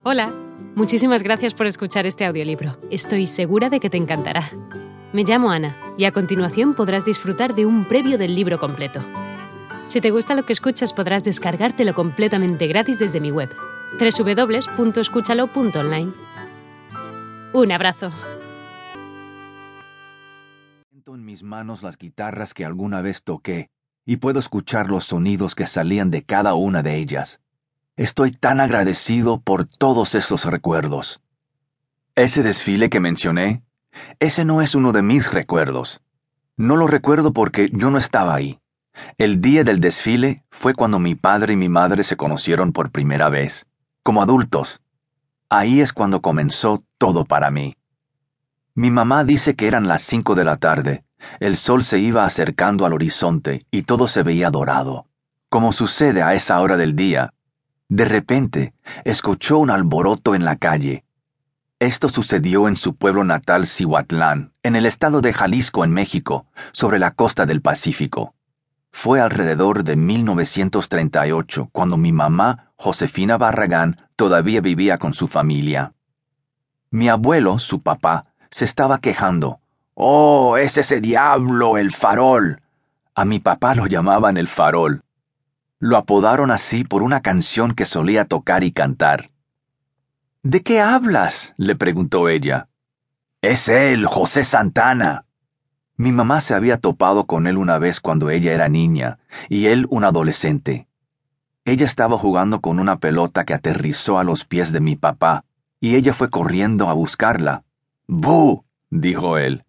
Hola, muchísimas gracias por escuchar este audiolibro. Estoy segura de que te encantará. Me llamo Ana y a continuación podrás disfrutar de un previo del libro completo. Si te gusta lo que escuchas, podrás descargártelo completamente gratis desde mi web, www.escúchalo.online. Un abrazo. Siento en mis manos las guitarras que alguna vez toqué y puedo escuchar los sonidos que salían de cada una de ellas. Estoy tan agradecido por todos esos recuerdos. Ese desfile que mencioné, ese no es uno de mis recuerdos. No lo recuerdo porque yo no estaba ahí. El día del desfile fue cuando mi padre y mi madre se conocieron por primera vez, como adultos. Ahí es cuando comenzó todo para mí. Mi mamá dice que eran las 5 de la tarde. El sol se iba acercando al horizonte y todo se veía dorado, como sucede a esa hora del día. De repente, escuchó un alboroto en la calle. Esto sucedió en su pueblo natal, Cihuatlán, en el estado de Jalisco, en México, sobre la costa del Pacífico. Fue alrededor de 1938, cuando mi mamá, Josefina Barragán, todavía vivía con su familia. Mi abuelo, su papá, se estaba quejando. «¡Oh, es ese diablo, el farol!» A mi papá lo llamaban el farol. Lo apodaron así por una canción que solía tocar y cantar. «¿De qué hablas?», le preguntó ella. «Es él, José Santana». Mi mamá se había topado con él una vez cuando ella era niña, y él un adolescente. Ella estaba jugando con una pelota que aterrizó a los pies de mi papá, y ella fue corriendo a buscarla. «¡Bú!», dijo él.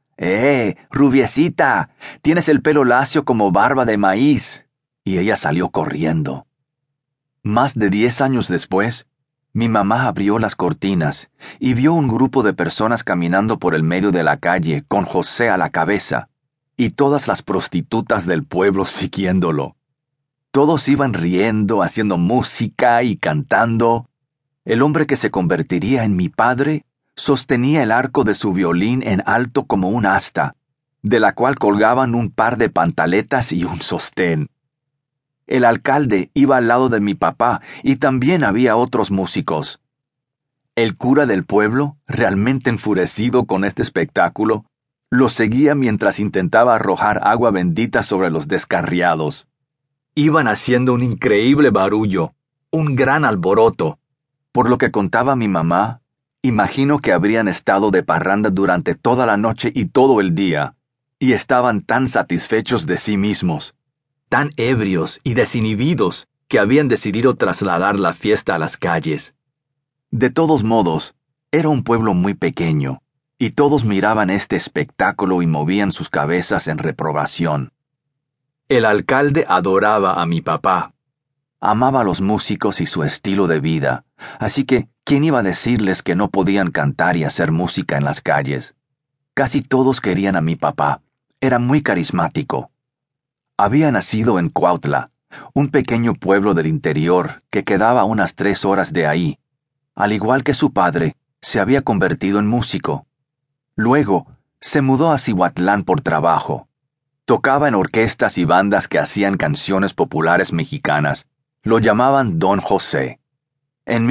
Rubiecita, tienes el pelo lacio como barba de maíz». Y ella salió corriendo. Más de 10 años después, mi mamá abrió las cortinas y vio un grupo de personas caminando por el medio de la calle con José a la cabeza, y todas las prostitutas del pueblo siguiéndolo. Todos iban riendo, haciendo música y cantando. El hombre que se convertiría en mi padre sostenía el arco de su violín en alto como un asta, de la cual colgaban un par de pantaletas y un sostén. El alcalde iba al lado de mi papá y también había otros músicos. El cura del pueblo, realmente enfurecido con este espectáculo, lo seguía mientras intentaba arrojar agua bendita sobre los descarriados. Iban haciendo un increíble barullo, un gran alboroto. Por lo que contaba mi mamá, imagino que habrían estado de parranda durante toda la noche y todo el día, y estaban tan satisfechos de sí mismos, tan ebrios y desinhibidos, que habían decidido trasladar la fiesta a las calles. De todos modos, era un pueblo muy pequeño, y todos miraban este espectáculo y movían sus cabezas en reprobación. El alcalde adoraba a mi papá. Amaba a los músicos y su estilo de vida, así que, ¿quién iba a decirles que no podían cantar y hacer música en las calles? Casi todos querían a mi papá. Era muy carismático. Había nacido en Cuautla, un pequeño pueblo del interior que quedaba a unas 3 horas de ahí. Al igual que su padre, se había convertido en músico. Luego, se mudó a Cihuatlán por trabajo. Tocaba en orquestas y bandas que hacían canciones populares mexicanas. Lo llamaban Don José. En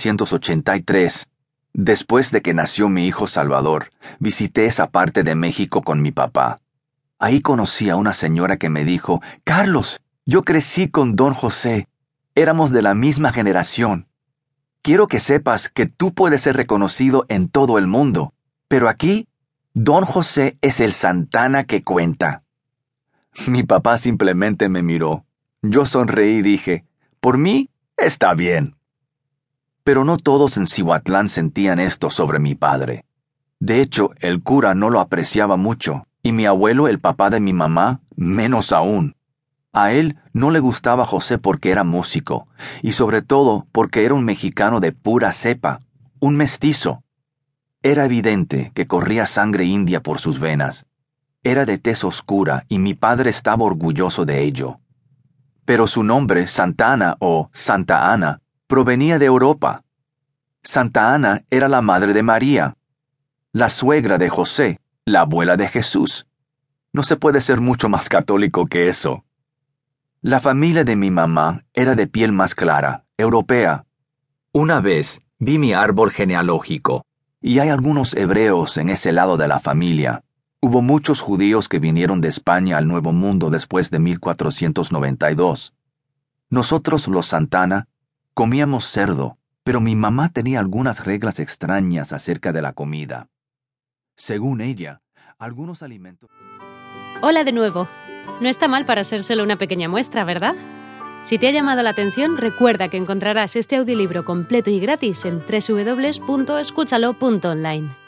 1983, después de que nació mi hijo Salvador, visité esa parte de México con mi papá. Ahí conocí a una señora que me dijo: «Carlos, yo crecí con Don José. Éramos de la misma generación. Quiero que sepas que tú puedes ser reconocido en todo el mundo, pero aquí, Don José es el Santana que cuenta». Mi papá simplemente me miró. Yo sonreí y dije: «Por mí, está bien». Pero no todos en Cihuatlán sentían esto sobre mi padre. De hecho, el cura no lo apreciaba mucho, y mi abuelo, el papá de mi mamá, menos aún. A él no le gustaba José porque era músico, y sobre todo porque era un mexicano de pura cepa, un mestizo. Era evidente que corría sangre india por sus venas. Era de tez oscura y mi padre estaba orgulloso de ello. Pero su nombre, Santana o Santa Ana, provenía de Europa. Santa Ana era la madre de María, la suegra de José, la abuela de Jesús. No se puede ser mucho más católico que eso. La familia de mi mamá era de piel más clara, europea. Una vez, Vi mi árbol genealógico, y hay algunos hebreos en ese lado de la familia. Hubo muchos judíos que vinieron de España al Nuevo Mundo después de 1492. Nosotros, los Santana, comíamos cerdo, pero mi mamá tenía algunas reglas extrañas acerca de la comida. Según ella, algunos alimentos... Hola de nuevo. No está mal para ser solo una pequeña muestra, ¿verdad? Si te ha llamado la atención, recuerda que encontrarás este audiolibro completo y gratis en www.escúchalo.online.